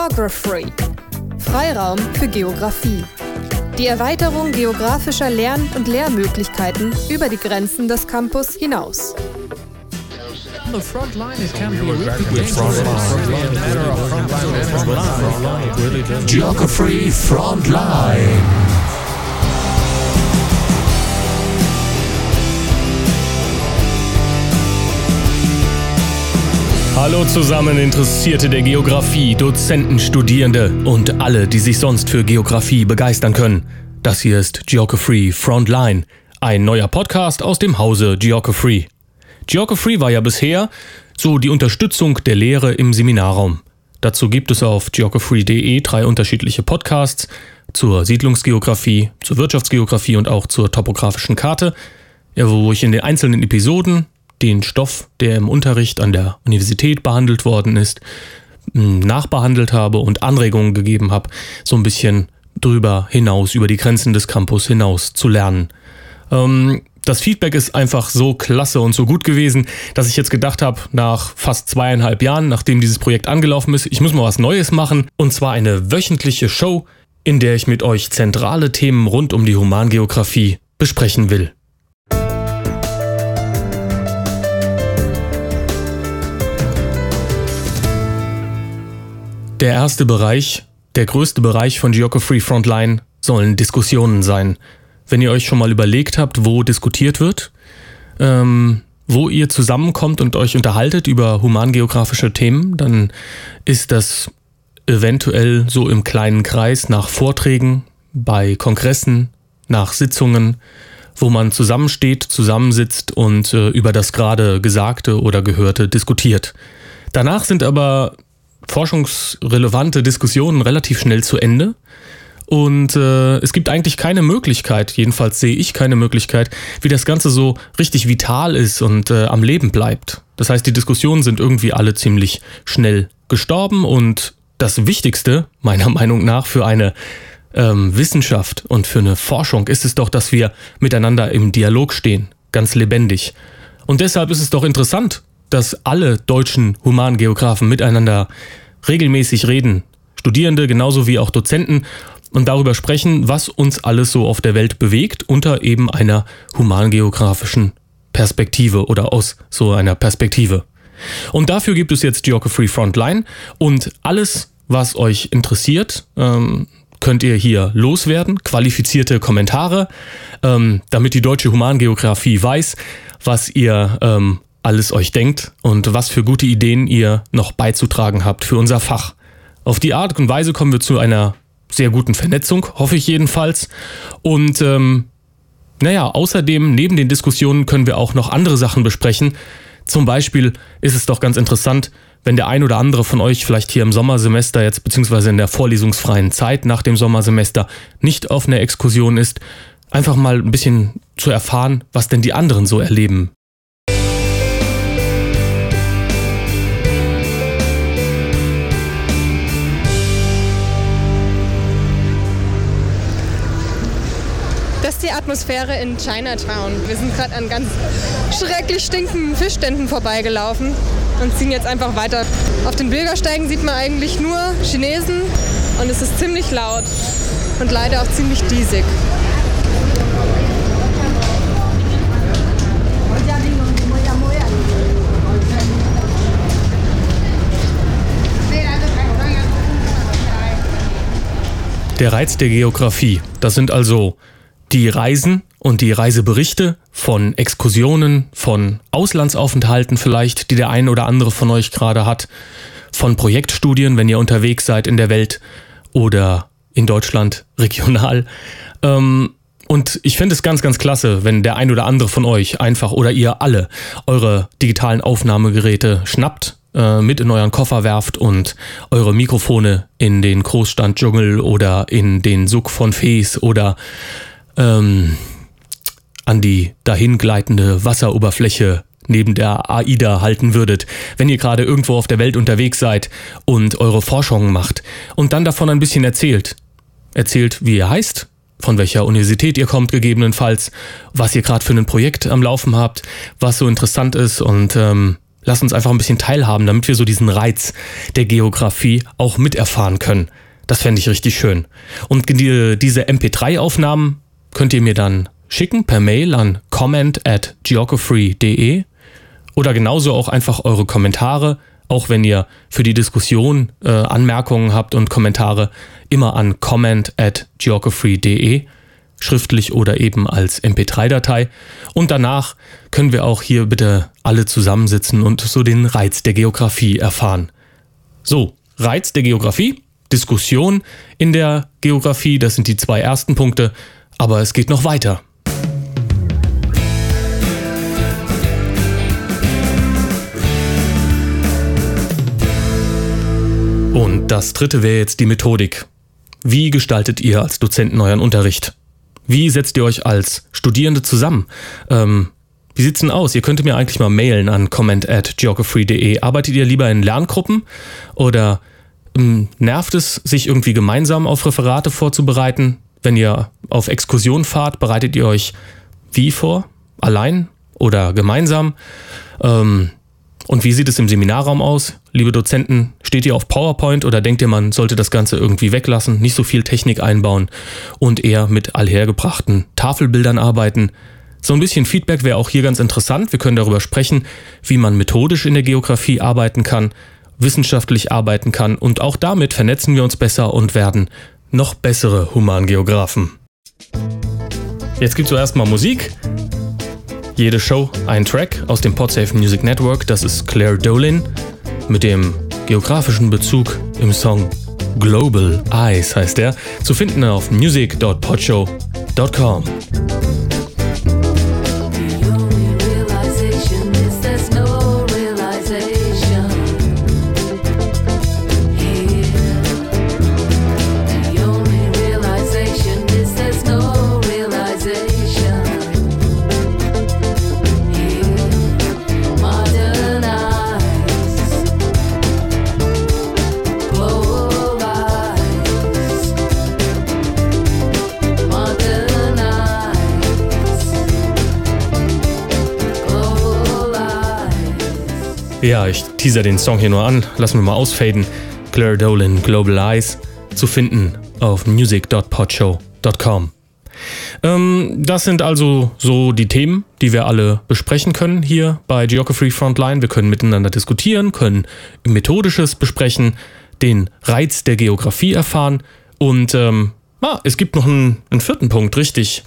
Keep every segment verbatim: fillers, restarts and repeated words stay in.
Geography. Freiraum für Geografie. Die Erweiterung geografischer Lern- und Lehrmöglichkeiten über die Grenzen des Campus hinaus. The front line is can be Geography Frontline. Hallo zusammen, Interessierte der Geografie, Dozenten, Studierende und alle, die sich sonst für Geografie begeistern können. Das hier ist Geography Frontline, ein neuer Podcast aus dem Hause Geography. Geography war ja bisher so die Unterstützung der Lehre im Seminarraum. Dazu gibt es auf geography punkt de drei unterschiedliche Podcasts zur Siedlungsgeografie, zur Wirtschaftsgeografie und auch zur topografischen Karte, wo ich in den einzelnen Episoden den Stoff, der im Unterricht an der Universität behandelt worden ist, nachbehandelt habe und Anregungen gegeben habe, so ein bisschen drüber hinaus, über die Grenzen des Campus hinaus zu lernen. Ähm, das Feedback ist einfach so klasse und so gut gewesen, dass ich jetzt gedacht habe, nach fast zweieinhalb Jahren, nachdem dieses Projekt angelaufen ist, ich muss mal was Neues machen, und zwar eine wöchentliche Show, in der ich mit euch zentrale Themen rund um die Humangeografie besprechen will. Der erste Bereich, der größte Bereich von Geography Frontline, sollen Diskussionen sein. Wenn ihr euch schon mal überlegt habt, wo diskutiert wird, ähm, wo ihr zusammenkommt und euch unterhaltet über humangeografische Themen, dann ist das eventuell so im kleinen Kreis nach Vorträgen, bei Kongressen, nach Sitzungen, wo man zusammensteht, zusammensitzt und äh, über das gerade Gesagte oder Gehörte diskutiert. Danach sind aber forschungsrelevante Diskussionen relativ schnell zu Ende und äh, es gibt eigentlich keine Möglichkeit, jedenfalls sehe ich keine Möglichkeit, wie das Ganze so richtig vital ist und äh, am Leben bleibt. Das heißt, die Diskussionen sind irgendwie alle ziemlich schnell gestorben und das Wichtigste, meiner Meinung nach, für eine ähm, Wissenschaft und für eine Forschung ist es doch, dass wir miteinander im Dialog stehen, ganz lebendig. Und deshalb ist es doch interessant, dass alle deutschen Humangeografen miteinander regelmäßig reden, Studierende genauso wie auch Dozenten, und darüber sprechen, was uns alles so auf der Welt bewegt, unter eben einer humangeografischen Perspektive oder aus so einer Perspektive. Und dafür gibt es jetzt Geography Frontline, und alles, was euch interessiert, ähm, könnt ihr hier loswerden, qualifizierte Kommentare, ähm, damit die deutsche Humangeografie weiß, was ihr ähm, alles euch denkt und was für gute Ideen ihr noch beizutragen habt für unser Fach. Auf die Art und Weise kommen wir zu einer sehr guten Vernetzung, hoffe ich jedenfalls. Und ähm, naja, außerdem, neben den Diskussionen können wir auch noch andere Sachen besprechen. Zum Beispiel ist es doch ganz interessant, wenn der ein oder andere von euch vielleicht hier im Sommersemester jetzt, beziehungsweise in der vorlesungsfreien Zeit nach dem Sommersemester nicht auf einer Exkursion ist, einfach mal ein bisschen zu erfahren, was denn die anderen so erleben. Das ist die Atmosphäre in Chinatown. Wir sind gerade an ganz schrecklich stinkenden Fischständen vorbeigelaufen und ziehen jetzt einfach weiter. Auf den Bürgersteigen sieht man eigentlich nur Chinesen und es ist ziemlich laut und leider auch ziemlich diesig. Der Reiz der Geografie, das sind also die Reisen und die Reiseberichte von Exkursionen, von Auslandsaufenthalten vielleicht, die der ein oder andere von euch gerade hat, von Projektstudien, wenn ihr unterwegs seid in der Welt oder in Deutschland regional. Und ich fände es ganz, ganz klasse, wenn der ein oder andere von euch einfach oder ihr alle eure digitalen Aufnahmegeräte schnappt, mit in euren Koffer werft und eure Mikrofone in den Großstanddschungel oder in den Suk von Fes oder ähm, an die dahingleitende Wasseroberfläche neben der AIDA halten würdet, wenn ihr gerade irgendwo auf der Welt unterwegs seid und eure Forschungen macht und dann davon ein bisschen erzählt. Erzählt, wie ihr heißt, von welcher Universität ihr kommt gegebenenfalls, was ihr gerade für ein Projekt am Laufen habt, was so interessant ist und ähm, lasst uns einfach ein bisschen teilhaben, damit wir so diesen Reiz der Geografie auch miterfahren können. Das fände ich richtig schön. Und die, diese M P drei Aufnahmen könnt ihr mir dann schicken per Mail an comment at geography punkt de oder genauso auch einfach eure Kommentare, auch wenn ihr für die Diskussion äh, Anmerkungen habt und Kommentare, immer an comment at geography punkt de, schriftlich oder eben als M P drei Datei. Und danach können wir auch hier bitte alle zusammensitzen und so den Reiz der Geografie erfahren. So, Reiz der Geografie, Diskussion in der Geografie, das sind die zwei ersten Punkte, aber es geht noch weiter. Und das dritte wäre jetzt die Methodik. Wie gestaltet ihr als Dozenten euren Unterricht? Wie setzt ihr euch als Studierende zusammen? Ähm, wie sieht's denn aus? Ihr könnt mir eigentlich mal mailen an comment at geography punkt de. Arbeitet ihr lieber in Lerngruppen oder ähm, nervt es, sich irgendwie gemeinsam auf Referate vorzubereiten? Wenn ihr auf Exkursion fahrt, bereitet ihr euch wie vor? Allein oder gemeinsam? Ähm, und wie sieht es im Seminarraum aus? Liebe Dozenten, steht ihr auf PowerPoint oder denkt ihr, man sollte das Ganze irgendwie weglassen, nicht so viel Technik einbauen und eher mit allhergebrachten Tafelbildern arbeiten? So ein bisschen Feedback wäre auch hier ganz interessant. Wir können darüber sprechen, wie man methodisch in der Geografie arbeiten kann, wissenschaftlich arbeiten kann und auch damit vernetzen wir uns besser und werden noch bessere Humangeografen. Jetzt gibt's zuerst mal Musik. Jede Show ein Track aus dem Podsafe Music Network, das ist Claire Dolan mit dem geografischen Bezug im Song Global Eyes heißt er, zu finden auf music dot podshow dot com. Ja, ich teaser den Song hier nur an. Lassen wir mal ausfaden. Claire Dolan, Global Eyes, zu finden auf music dot podshow dot com. Ähm, das sind also so die Themen, die wir alle besprechen können hier bei Geography Frontline. Wir können miteinander diskutieren, können Methodisches besprechen, den Reiz der Geografie erfahren und ähm, ah, es gibt noch einen, einen vierten Punkt, richtig.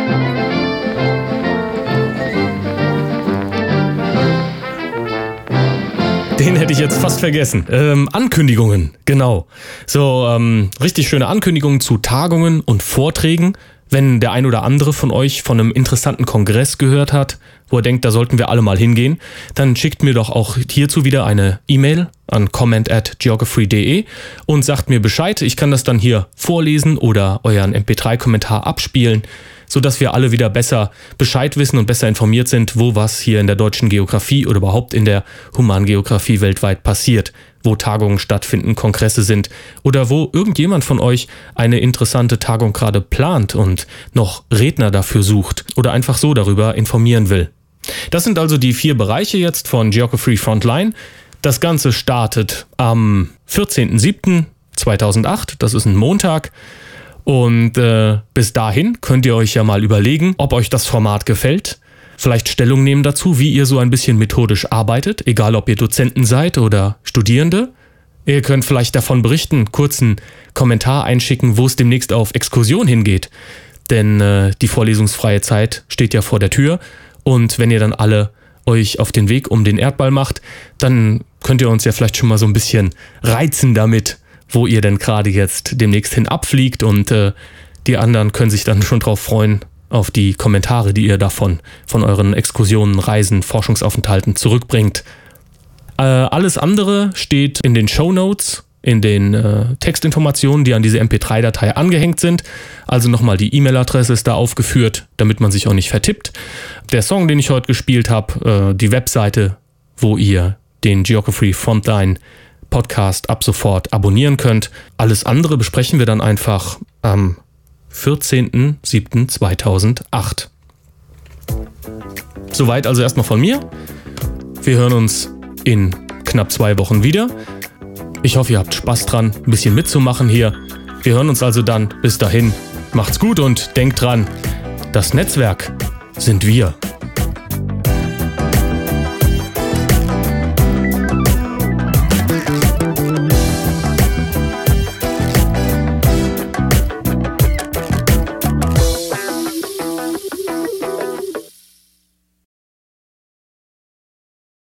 Den hätte ich jetzt fast vergessen. Ähm, Ankündigungen, genau. So, ähm, richtig schöne Ankündigungen zu Tagungen und Vorträgen. Wenn der ein oder andere von euch von einem interessanten Kongress gehört hat, wo er denkt, da sollten wir alle mal hingehen, dann schickt mir doch auch hierzu wieder eine E-Mail an comment at geography punkt de und sagt mir Bescheid. Ich kann das dann hier vorlesen oder euren M P drei Kommentar abspielen, sodass wir alle wieder besser Bescheid wissen und besser informiert sind, wo was hier in der deutschen Geografie oder überhaupt in der Humangeografie weltweit passiert, wo Tagungen stattfinden, Kongresse sind oder wo irgendjemand von euch eine interessante Tagung gerade plant und noch Redner dafür sucht oder einfach so darüber informieren will. Das sind also die vier Bereiche jetzt von Geography Frontline. Das Ganze startet am vierzehnten siebten zweitausendacht, das ist ein Montag. Und äh, bis dahin könnt ihr euch ja mal überlegen, ob euch das Format gefällt. Vielleicht Stellung nehmen dazu, wie ihr so ein bisschen methodisch arbeitet, egal ob ihr Dozenten seid oder Studierende. Ihr könnt vielleicht davon berichten, kurzen Kommentar einschicken, wo es demnächst auf Exkursion hingeht. Denn äh, die vorlesungsfreie Zeit steht ja vor der Tür. Und wenn ihr dann alle euch auf den Weg um den Erdball macht, dann könnt ihr uns ja vielleicht schon mal so ein bisschen reizen damit, wo ihr denn gerade jetzt demnächst hin abfliegt und äh, die anderen können sich dann schon drauf freuen, auf die Kommentare, die ihr davon, von euren Exkursionen, Reisen, Forschungsaufenthalten zurückbringt. Äh, alles andere steht in den Shownotes, in den äh, Textinformationen, die an diese M P drei Datei angehängt sind. Also nochmal die E-Mail-Adresse ist da aufgeführt, damit man sich auch nicht vertippt. Der Song, den ich heute gespielt habe, äh, die Webseite, wo ihr den Geography Frontline Podcast ab sofort abonnieren könnt. Alles andere besprechen wir dann einfach am vierzehnten siebten zweitausendacht. Soweit also erstmal von mir. Wir hören uns in knapp zwei Wochen wieder. Ich hoffe, ihr habt Spaß dran, ein bisschen mitzumachen hier. Wir hören uns also dann. Bis dahin, macht's gut und denkt dran, das Netzwerk sind wir.